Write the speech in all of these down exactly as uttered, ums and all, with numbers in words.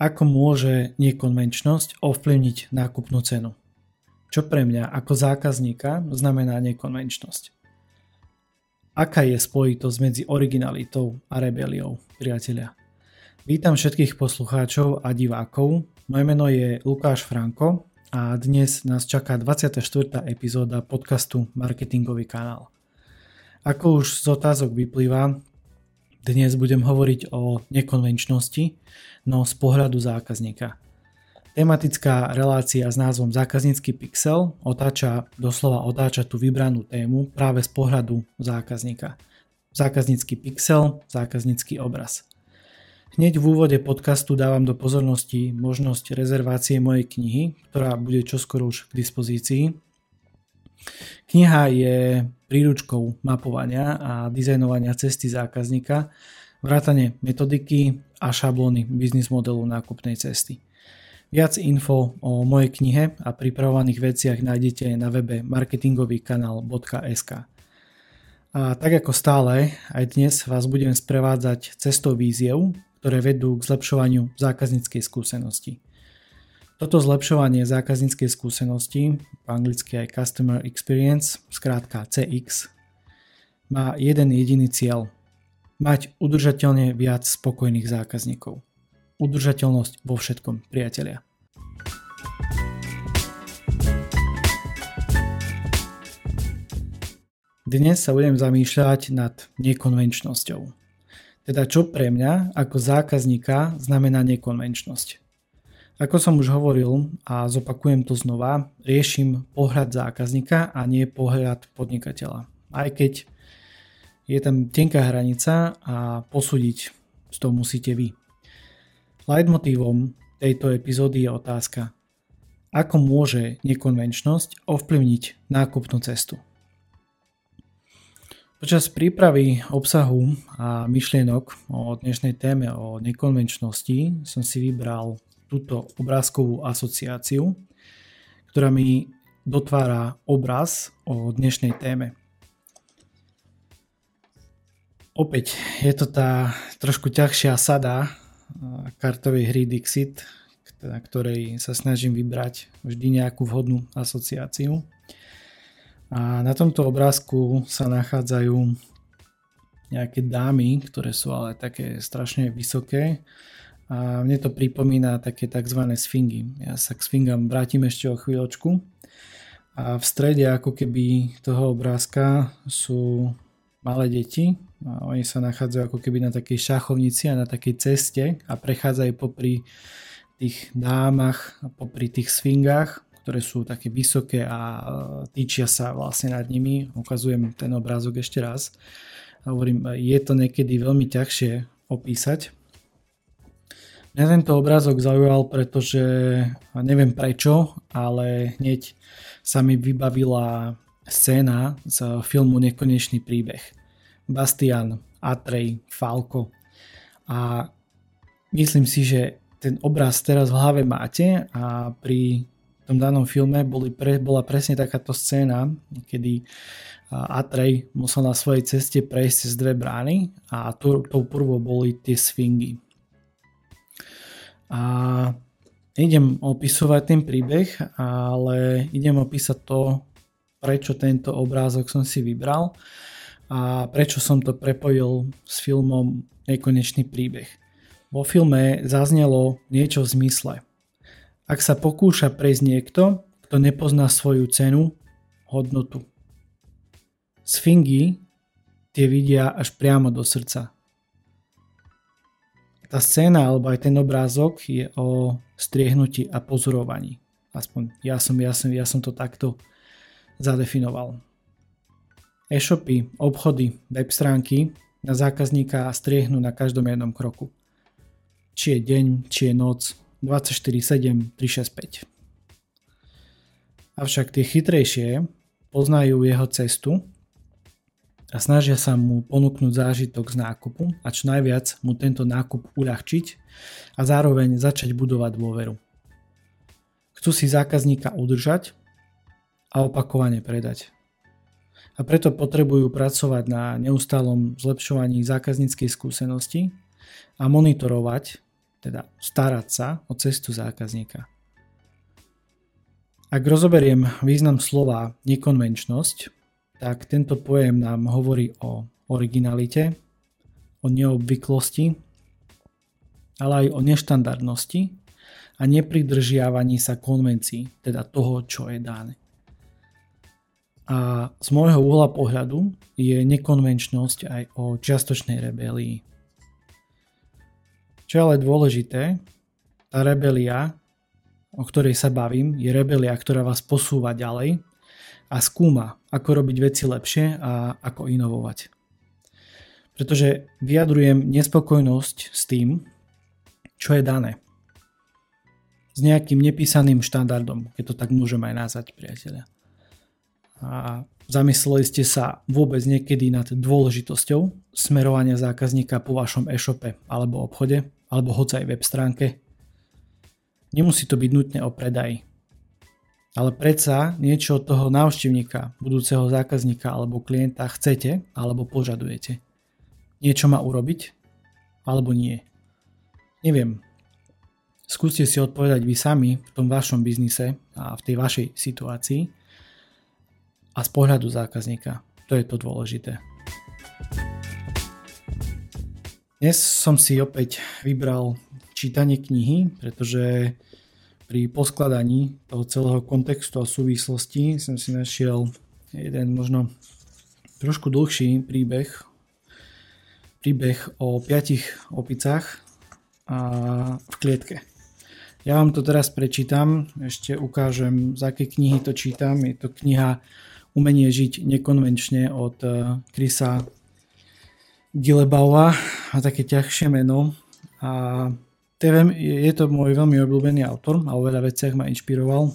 Ako môže nekonvenčnosť ovplyvniť nákupnú cenu? Čo pre mňa ako zákazníka znamená nekonvenčnosť? Aká je spojitosť medzi originalitou a rebeliou, priatelia? Vítam všetkých poslucháčov a divákov. Moje meno je Lukáš Franko a dnes nás čaká dvadsiata štvrtá epizóda podcastu Marketingový kanál. Ako už z otázok vyplýva, dnes budem hovoriť o nekonvenčnosti, no z pohľadu zákazníka. Tematická relácia s názvom Zákaznícky pixel otáča, doslova otáča tú vybranú tému práve z pohľadu zákazníka. Zákaznícky pixel, zákaznícky obraz. Hneď v úvode podcastu dávam do pozornosti možnosť rezervácie mojej knihy, ktorá bude čoskoro už k dispozícii. Kniha je príručkou mapovania a dizajnovania cesty zákazníka, vrátane metodiky a šablóny biznis modelu nákupnej cesty. Viac info o mojej knihe a pripravovaných veciach nájdete na webe marketingovýkanál bodka es ká. A tak ako stále, aj dnes vás budem sprevádzať cestou víziev, ktoré vedú k zlepšovaniu zákazníckej skúsenosti. Toto zlepšovanie zákazníckej skúsenosti, po anglicky aj Customer Experience, skrátka cé iks, má jeden jediný cieľ. Mať udržateľne viac spokojných zákazníkov. Udržateľnosť vo všetkom, priatelia. Dnes sa budem zamýšľať nad nekonvenčnosťou. Teda čo pre mňa ako zákazníka znamená nekonvenčnosť. Ako som už hovoril a zopakujem to znova, riešim pohľad zákazníka a nie pohľad podnikateľa. Aj keď je tam tenká hranica a posúdiť to musíte vy. Leitmotívom tejto epizódy je otázka, ako môže nekonvenčnosť ovplyvniť nákupnú cestu. Počas prípravy obsahu a myšlienok o dnešnej téme o nekonvenčnosti som si vybral túto obrázkovú asociáciu, ktorá mi dotvára obraz o dnešnej téme. Opäť je to tá trošku ťažšia sada kartovej hry Dixit, na ktorej sa snažím vybrať vždy nejakú vhodnú asociáciu. A na tomto obrázku sa nachádzajú nejaké dámy, ktoré sú ale také strašne vysoké. A mne to pripomína také tzv. Sfingy. Ja sa k sfingám vrátim ešte o chvíľočku. A v strede ako keby toho obrázka sú malé deti. A oni sa nachádzajú ako keby na takej šachovnici a na takej ceste a prechádzajú popri tých dámach a popri tých sfingách, ktoré sú také vysoké a týčia sa vlastne nad nimi. Ukazujem ten obrázok ešte raz. A hovorím, je to niekedy veľmi ťažšie opísať. Mňa tento obrázok zaujal, pretože neviem prečo, ale hneď sa mi vybavila scéna z filmu Nekonečný príbeh. Bastian, Atrej, Falco. A myslím si, že ten obraz teraz v hlave máte a pri tom danom filme boli pre, bola presne takáto scéna, kedy Atrej musel na svojej ceste prejsť cez dve brány a tou prvou boli tie sfingy. A idem opisovať ten príbeh, ale idem opísať to, prečo tento obrázok som si vybral a prečo som to prepojil s filmom Nekonečný príbeh. Vo filme zaznelo niečo v zmysle. Ak sa pokúša prejsť niekto, kto nepozná svoju cenu, hodnotu. Sfingy tie vidia až priamo do srdca. Tá scéna alebo aj ten obrázok je o striehnutí a pozorovaní. Aspoň ja som, ja som, ja som to takto zadefinoval. E-shopy, obchody, web stránky na zákazníka striehnú na každom jednom kroku. Či je deň, či je noc, dvadsaťštyri sedem, tri šesť päť. Avšak tie chytrejšie poznajú jeho cestu a snažia sa mu ponúknuť zážitok z nákupu a čo najviac mu tento nákup uľahčiť a zároveň začať budovať dôveru. Chcú si zákazníka udržať a opakovane predať. A preto potrebujú pracovať na neustálom zlepšovaní zákazníckej skúsenosti a monitorovať teda starať sa o cestu zákazníka. Ak rozoberiem význam slova nekonvenčnosť, tak tento pojem nám hovorí o originalite, o neobvyklosti, ale aj o neštandardnosti a nepridržiavaní sa konvencií, teda toho, čo je dané. A z môjho uhla pohľadu je nekonvenčnosť aj o čiastočnej rebelii. Čo je ale dôležité, tá rebelia, o ktorej sa bavím, je rebelia, ktorá vás posúva ďalej a skúma, ako robiť veci lepšie a ako inovovať. Pretože vyjadrujem nespokojnosť s tým, čo je dané. S nejakým nepísaným štandardom, keď to tak môžem aj nazvať, priateľia. A zamysleli ste sa vôbec niekedy nad dôležitosťou smerovania zákazníka po vašom e-shope alebo obchode, alebo hoci aj web stránke? Nemusí to byť nutne o predaji. Ale predsa niečo od toho návštevníka, budúceho zákazníka alebo klienta chcete alebo požadujete. Niečo má urobiť alebo nie. Neviem. Skúste si odpovedať vy sami v tom vašom biznise a v tej vašej situácii a z pohľadu zákazníka. To je to dôležité. Dnes som si opäť vybral čítanie knihy, pretože pri poskladaní toho celého kontextu a súvislosti som si našiel jeden možno trošku dlhší príbeh. Príbeh o piatich opicách v klietke. Ja vám to teraz prečítam, ešte ukážem, z akej knihy to čítam. Je to kniha Umenie žiť nekonvenčne od Chrisa Guillebaua, a také ťažšie meno. A je to môj veľmi obľúbený autor a o veľa veciach ma inšpiroval.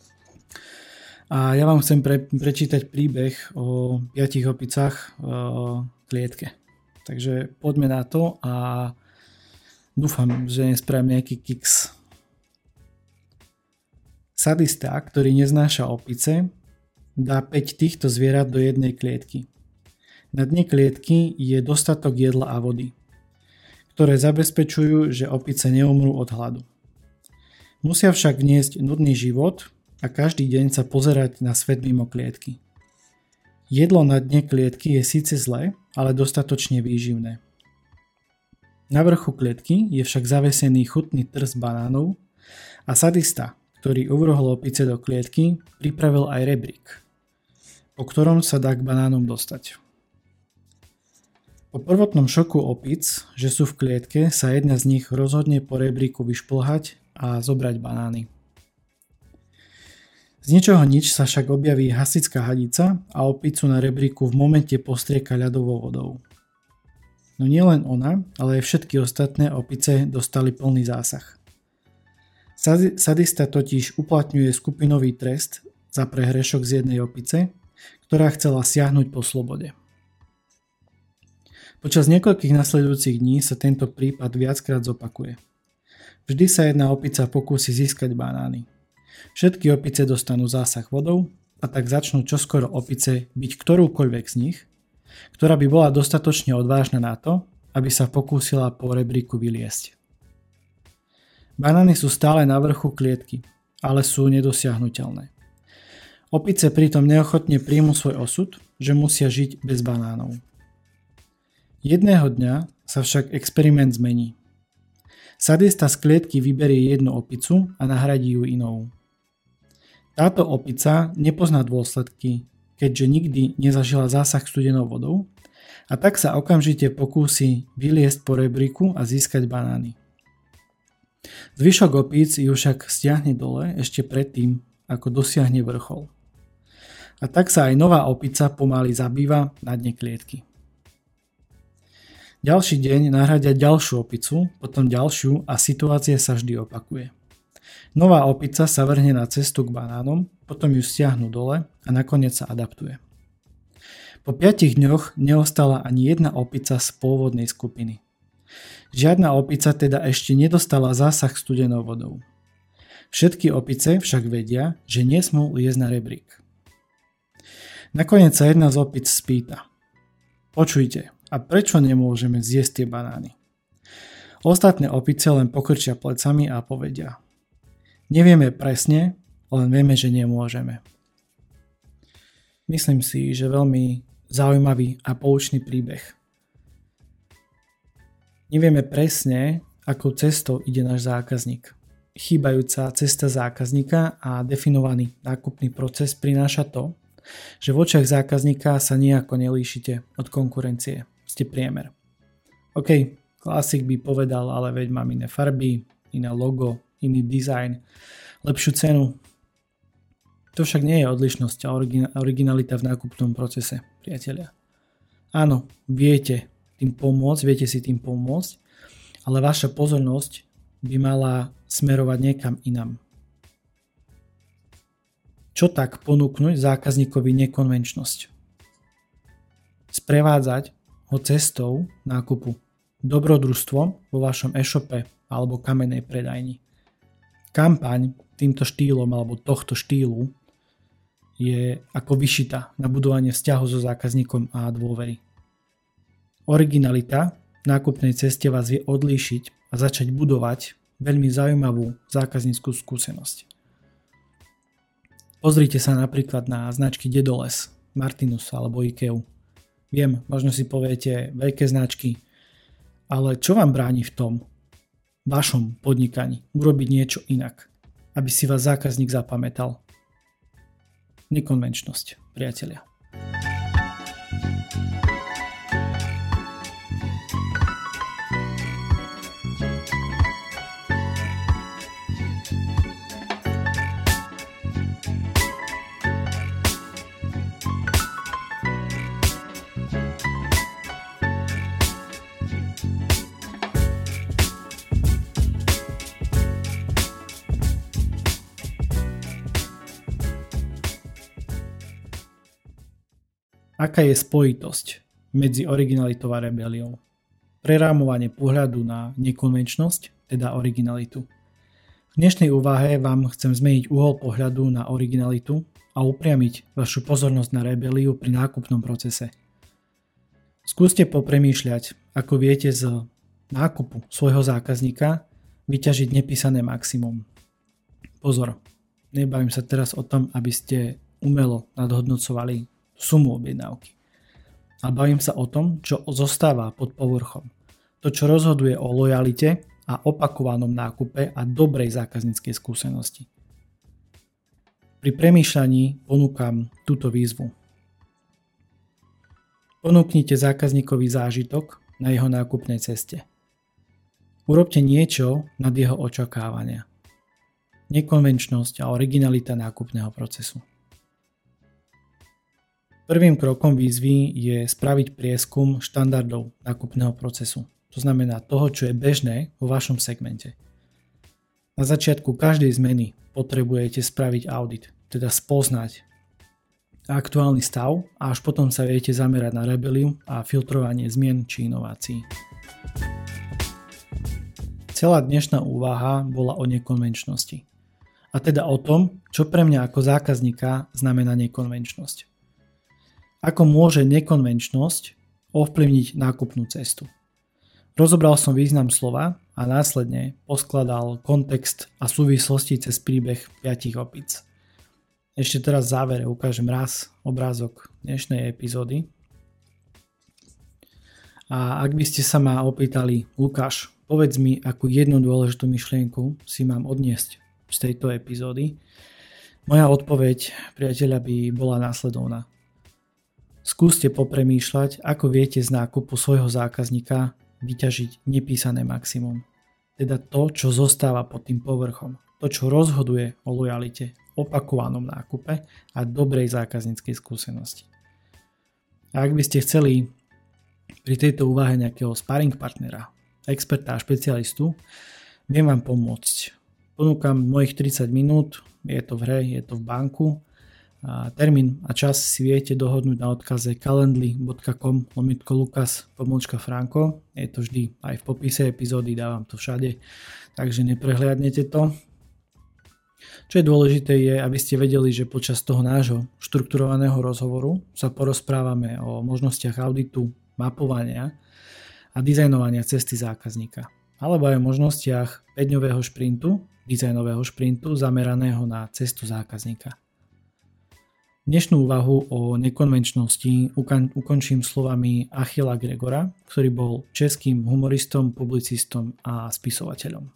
A ja vám chcem pre, prečítať príbeh o piatich opicách v klietke. Takže poďme na to a dúfam, že nespravím nejaký kiks. Sadista, ktorý neznáša opice, dá päť týchto zvierat do jednej klietky. Na dne klietky je dostatok jedla a vody, ktoré zabezpečujú, že opice neumrú od hladu. Musia však vniesť nudný život a každý deň sa pozerať na svet mimo klietky. Jedlo na dne klietky je síce zlé, ale dostatočne výživné. Na vrchu klietky je však zavesený chutný trst banánov a sadista, ktorý uvrhol opice do klietky, pripravil aj rebrík, po ktorom sa dá k banánom dostať. Po prvotnom šoku opic, že sú v klietke, sa jedna z nich rozhodne po rebríku vyšplhať a zobrať banány. Z ničoho nič sa však objaví hasická hadica a opicu na rebríku v momente postrieka ľadovou vodou. No nielen ona, ale aj všetky ostatné opice dostali plný zásah. Sadista totiž uplatňuje skupinový trest za prehrešok z jednej opice, ktorá chcela siahnuť po slobode. Počas niekoľkých nasledujúcich dní sa tento prípad viackrát zopakuje. Vždy sa jedna opica pokúsi získať banány. Všetky opice dostanú zásah vodou a tak začnú čoskoro opice byť ktorúkoľvek z nich, ktorá by bola dostatočne odvážna na to, aby sa pokúsila po rebríku vyliesť. Banány sú stále na vrchu klietky, ale sú nedosiahnuteľné. Opice pritom neochotne príjmu svoj osud, že musia žiť bez banánov. Jedného dňa sa však experiment zmení. Sadista z klietky vyberie jednu opicu a nahradí ju inou. Táto opica nepozná dôsledky, keďže nikdy nezažila zásah studenou vodou, a tak sa okamžite pokúsi vyliesť po rebríku a získať banány. Zvyšok opíc ju však stiahne dole ešte predtým, ako dosiahne vrchol. A tak sa aj nová opica pomaly zabýva na dne klietky. Ďalší deň nahradia ďalšiu opicu, potom ďalšiu a situácia sa vždy opakuje. Nová opica sa vrhne na cestu k banánom, potom ju stiahnu dole a nakoniec sa adaptuje. Po piatich dňoch neostala ani jedna opica z pôvodnej skupiny. Žiadna opica teda ešte nedostala zásah studenou vodou. Všetky opice však vedia, že nesmú liesť na rebrík. Nakoniec sa jedna z opic spýta: Počujte, a prečo nemôžeme zjesť tie banány? Ostatné opice len pokrčia plecami a povedia: nevieme presne, len vieme, že nemôžeme. Myslím si, že veľmi zaujímavý a poučný príbeh. Nevieme presne, akou cestou ide náš zákazník. Chýbajúca cesta zákazníka a definovaný nákupný proces prináša to, že v očiach zákazníka sa nejako nelíšite od konkurencie. Ste priemer. OK, klasik by povedal, ale veď mám iné farby, iné logo, iný dizajn, lepšiu cenu. To však nie je odlišnosť a originalita v nákupnom procese, priatelia. Áno, viete tým pomôcť, viete si tým pomôcť, ale vaša pozornosť by mala smerovať niekam inam. Čo tak ponúknuť zákazníkovi nekonvenčnosť? Sprevádzať ho cestou nákupu, dobrodružstvom vo vašom e-shope alebo kamennej predajni. Kampaň týmto štýlom alebo tohto štýlu je ako vyšitá na budovanie vzťahu so zákazníkom a dôvery. Originalita v nákupnej ceste vás vie odlíšiť a začať budovať veľmi zaujímavú zákazníckú skúsenosť. Pozrite sa napríklad na značky Dedoles, Martinus alebo IKEA. Viem, možno si poviete veľké značky, ale čo vám bráni v tom vašom podnikaní urobiť niečo inak, aby si vás zákazník zapamätal? Nekonvenčnosť, priatelia. Aká je spojitosť medzi originalitou a rebeliou? Prerámovanie pohľadu na nekonvenčnosť, teda originalitu. V dnešnej úvahe vám chcem zmeniť uhol pohľadu na originalitu a upriamiť vašu pozornosť na rebeliu pri nákupnom procese. Skúste popremýšľať, ako viete z nákupu svojho zákazníka vyťažiť nepísané maximum. Pozor, nebavím sa teraz o tom, aby ste umelo nadhodnocovali sumu objednávky. A bavím sa o tom, čo zostáva pod povrchom. To, čo rozhoduje o lojalite a opakovanom nákupe a dobrej zákazníckej skúsenosti. Pri premýšľaní ponúkam túto výzvu. Ponúknite zákazníkový zážitok na jeho nákupnej ceste. Urobte niečo nad jeho očakávania. Nekonvenčnosť a originalita nákupného procesu. Prvým krokom výzvy je spraviť prieskum štandardov nákupného procesu. To znamená toho, čo je bežné vo vašom segmente. Na začiatku každej zmeny potrebujete spraviť audit, teda spoznať aktuálny stav a až potom sa viete zamerať na rebeliu a filtrovanie zmien či inovácií. Celá dnešná úvaha bola o nekonvenčnosti. A teda o tom, čo pre mňa ako zákazníka znamená nekonvenčnosť. Ako môže nekonvenčnosť ovplyvniť nákupnú cestu. Rozobral som význam slova a následne poskladal kontext a súvislosti cez príbeh piatich opíc. Ešte teraz v závere ukážem raz obrázok dnešnej epizódy. A ak by ste sa ma opýtali: Lukáš, povedz mi, akú jednu dôležitú myšlienku si mám odniesť z tejto epizódy, moja odpoveď, priateľa, by bola následovná. Skúste popremýšľať, ako viete z nákupu svojho zákazníka vyťažiť nepísané maximum. Teda to, čo zostáva pod tým povrchom. To, čo rozhoduje o lojalite, opakovanom nákupe a dobrej zákazníckej skúsenosti. A ak by ste chceli pri tejto úvahe nejakého sparring partnera, experta a špecialistu, viem vám pomôcť. Ponúkam mojich tridsať minút, je to v hre, je to v banku. A termín a čas si viete dohodnúť na odkaze calendly bodka com lomitko lukas pomôčka franko. Je to vždy aj v popise epizódy, dávam to všade, takže neprehliadnete to. Čo je dôležité je, aby ste vedeli, že počas toho nášho štrukturovaného rozhovoru sa porozprávame o možnostiach auditu, mapovania a dizajnovania cesty zákazníka. alebo aj o možnostiach päťdňového šprintu, dizajnového šprintu zameraného na cestu zákazníka. Dnešnú úvahu o nekonvenčnosti ukončím slovami Achilla Gregora, ktorý bol českým humoristom, publicistom a spisovateľom.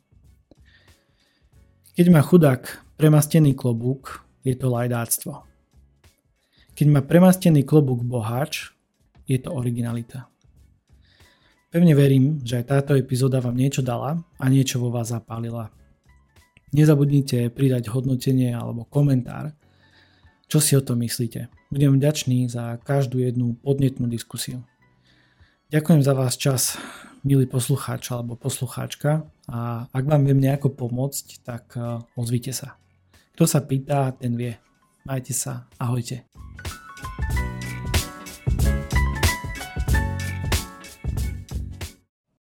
Keď má chudák premastený klobúk, je to lajdáctvo. Keď má premastený klobúk boháč, je to originalita. Pevne verím, že aj táto epizóda vám niečo dala a niečo vo vás zapálila. Nezabudnite pridať hodnotenie alebo komentár. Čo si o tom myslíte? Budem vďačný za každú jednu podnetnú diskusiu. Ďakujem za váš čas, milý poslucháč alebo poslucháčka, a ak vám viem nejako pomôcť, tak ozvite sa. Kto sa pýta, ten vie. Majte sa, ahojte.